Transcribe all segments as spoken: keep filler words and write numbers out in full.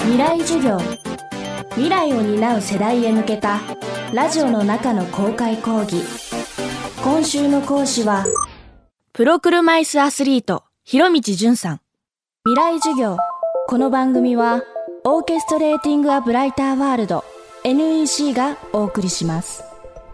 未来授業、未来を担う世代へ向けたラジオの中の公開講義。今週の講師はプロ車椅子アスリート広道純さん。未来授業、この番組はオーケストレーティングアブライターワールド エヌイーシー がお送りします。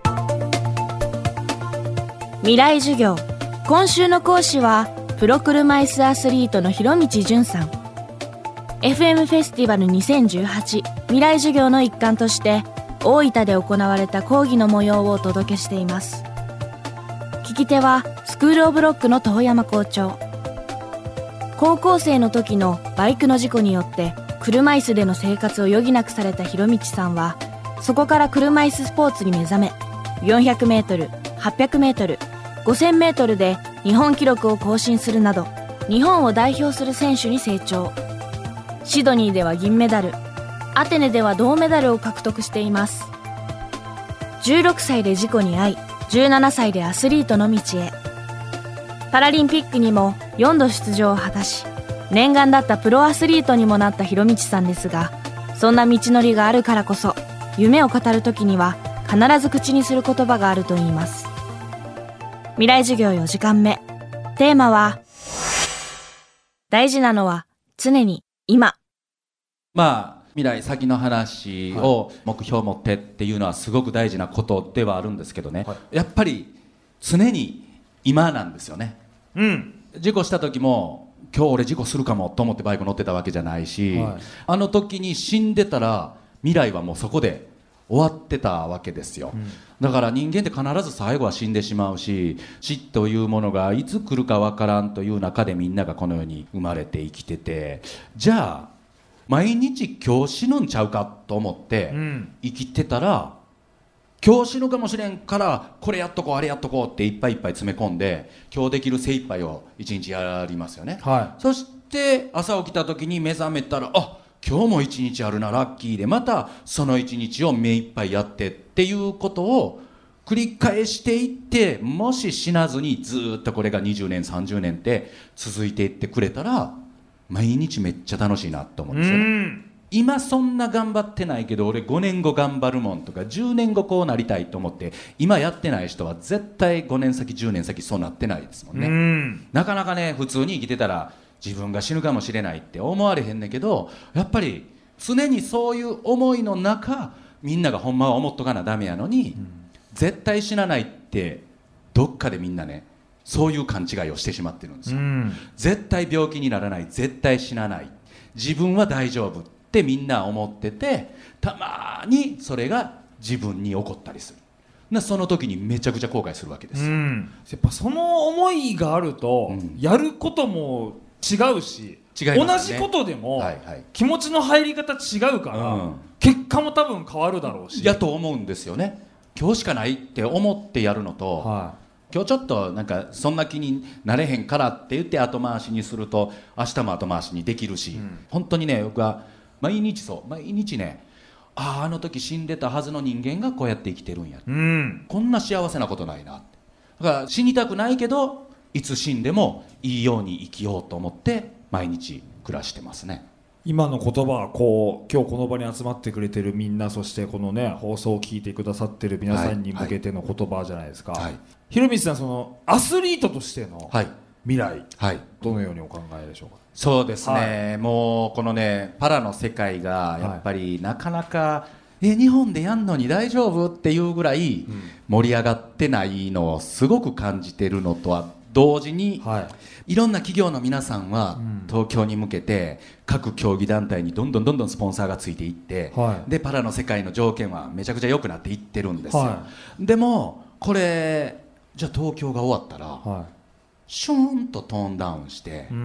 未来授業、今週の講師はプロ車椅子アスリートの広道純さん。 エフエム フェスティバルにせんじゅうはち未来授業の一環として大分で行われた講義の模様をお届けしています。聞き手はスクールオブロックの遠山校長。高校生の時のバイクの事故によって車椅子での生活を余儀なくされた広道さんは、そこから車椅子スポーツに目覚め、よんひゃくメートル、はっぴゃくメートル、ごせんメートルで日本記録を更新するなど、日本を代表する選手に成長。シドニーでは銀メダル、アテネでは銅メダルを獲得しています。じゅうろくさいで事故に遭い、じゅうななさいでアスリートの道へ。パラリンピックにもよんど出場を果たし、念願だったプロアスリートにもなった広道さんですが、そんな道のりがあるからこそ、夢を語るときには必ず口にする言葉があるといいます。未来授業よじかんめ、テーマは大事なのは常に今。 まあ未来先の話を目標を持ってっていうのはすごく大事なことではあるんですけどね、はい、やっぱり常に今なんですよね。うん、事故した時も今日俺事故するかもと思ってバイク乗ってたわけじゃないし、はい、あの時に死んでたら未来はもうそこで終わってたわけですよ、うん、だから人間って必ず最後は死んでしまうし、死というものがいつ来るかわからんという中でみんながこの世に生まれて生きてて、じゃあ毎日今日死ぬんちゃうかと思って生きてたら、今日死ぬかもしれんからこれやっとこうあれやっとこうっていっぱいいっぱい詰め込んで、今日できる精一杯を一日やりますよね、はい、そして朝起きた時に目覚めたら、あ、今日も一日あるな、ラッキーで、またその一日を目いっぱいやってっていうことを繰り返していって、もし死なずにずっとこれがにじゅうねんさんじゅうねんって続いていってくれたら、毎日めっちゃ楽しいなと思うんですよね。今そんな頑張ってないけど俺ごねんご頑張るもんとか、じゅうねんごこうなりたいと思って今やってない人は絶対ごねん先じゅうねん先そうなってないですもんね。うん、なかなかね、普通に生きてたら自分が死ぬかもしれないって思われへんねんけど、やっぱり常にそういう思いの中、みんながほんまは思っとかなダメやのに、うん、絶対死なないってどっかでみんなね、そういう勘違いをしてしまってるんですよ、うん、絶対病気にならない、絶対死なない、自分は大丈夫ってみんな思ってて、たまにそれが自分に起こったりする。なその時にめちゃくちゃ後悔するわけです、うん、 やっぱその思いがあると、うん、やることも違うし、違いますね、同じことでも、はいはい、気持ちの入り方違うから、うん、結果も多分変わるだろうし、 やと思うんですよね。今日しかないって思ってやるのと、はい、今日ちょっとなんかそんな気になれへんからって言って後回しにすると明日も後回しにできるし、うん、本当にね、僕は毎日そう毎日ね、あああの時死んでたはずの人間がこうやって生きてるんや、うん、こんな幸せなことないなって。だから死にたくないけどいつ死んでもいいように生きようと思って毎日暮らしてますね。 今の言葉はこう今日この場に集まってくれてるみんな、そしてこのね放送を聞いてくださってる皆さんに向けての言葉じゃないですか、はいはい、広道さん、そのアスリートとしての未来、はい、どのようにお考えでしょうか。 そうですね、はい、もうこのねパラの世界がやっぱりなかなか、え日本でやんのに大丈夫っていうぐらい盛り上がってないのをすごく感じてるのとは同時に、はい、いろんな企業の皆さんは東京に向けて各競技団体にどんどんどんどんスポンサーがついていって、はい、でパラの世界の条件はめちゃくちゃ良くなっていってるんですよ、はい、でもこれじゃあ東京が終わったら、はい、シューンとトーンダウンして、うん、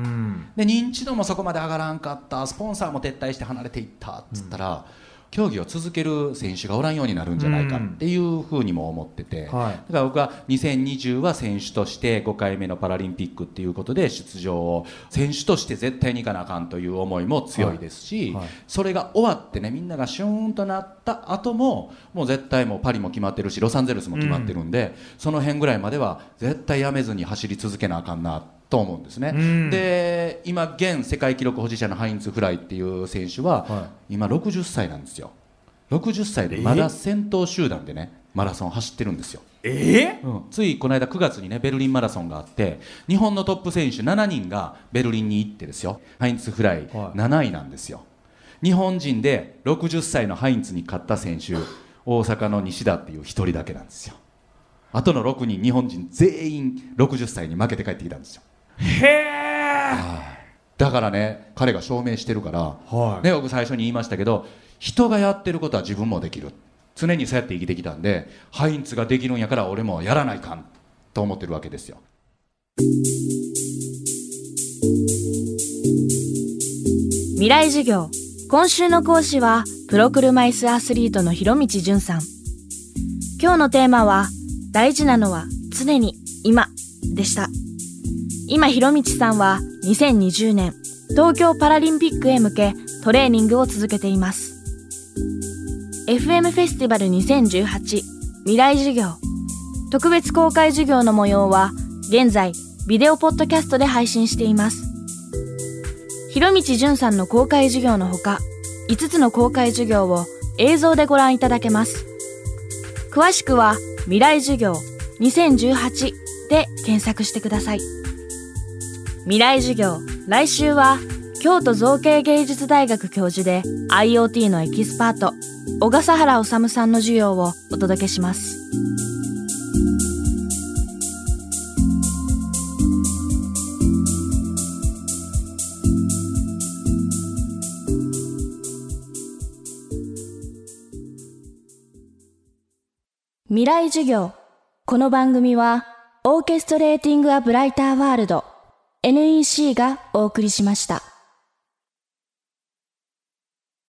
で認知度もそこまで上がらんかった、スポンサーも撤退して離れていったっつったら、うん、競技を続ける選手がおらんようになるんじゃないかっていうふうにも思ってて、うんはい、だから僕はにせんにじゅうは選手としてごかいめのパラリンピックっていうことで出場を選手として絶対に行かなあかんという思いも強いですし、はいはい、それが終わってね、みんながシューンとなった後ももう絶対もうパリも決まってるしロサンゼルスも決まってるんで、うん、その辺ぐらいまでは絶対やめずに走り続けなあかんなとと思うんですね、うん、で今現世界記録保持者のハインツ・フライっていう選手は、はい、今ろくじゅっさいなんですよ。ろくじゅっさいでまだ先頭集団でねマラソン走ってるんですよ。 えーうん、ついこの間くがつにねベルリンマラソンがあって日本のトップ選手しちにんがベルリンに行ってですよ、ハインツ・フライなないなんですよ、はい、日本人でろくじゅっさいのハインツに勝った選手大阪の西田っていうひとりだけなんですよ。あとのろくにん日本人全員ろくじゅっさいに負けて帰ってきたんですよ。 へえ。 だからね彼が証明してるから、はい、ね、僕最初に言いましたけど人がやってることは自分もできる、常にそうやって生きてきたんでハインツができるんやから俺もやらないかんと思ってるわけですよ。 未来授業、今週の講師はプロ車椅子アスリートの広道純さん。今日のテーマは大事なのは常に今でした。今広道さんはにせんにじゅうねん東京パラリンピックへ向けトレーニングを続けています。 エフエム フェスティバルにせんじゅうはち未来授業特別公開授業の模様は現在ビデオポッドキャストで配信しています。広道純さんの公開授業のほかいつつの公開授業を映像でご覧いただけます。詳しくは未来授業にせんじゅうはちで検索してください。未来授業、来週は京都造形芸術大学教授で アイオーティー のエキスパート小笠原治さんの授業をお届けします。未来授業、この番組はオーケストレーティング・ア・ブライター・ワールド エヌイーシー がお送りしました。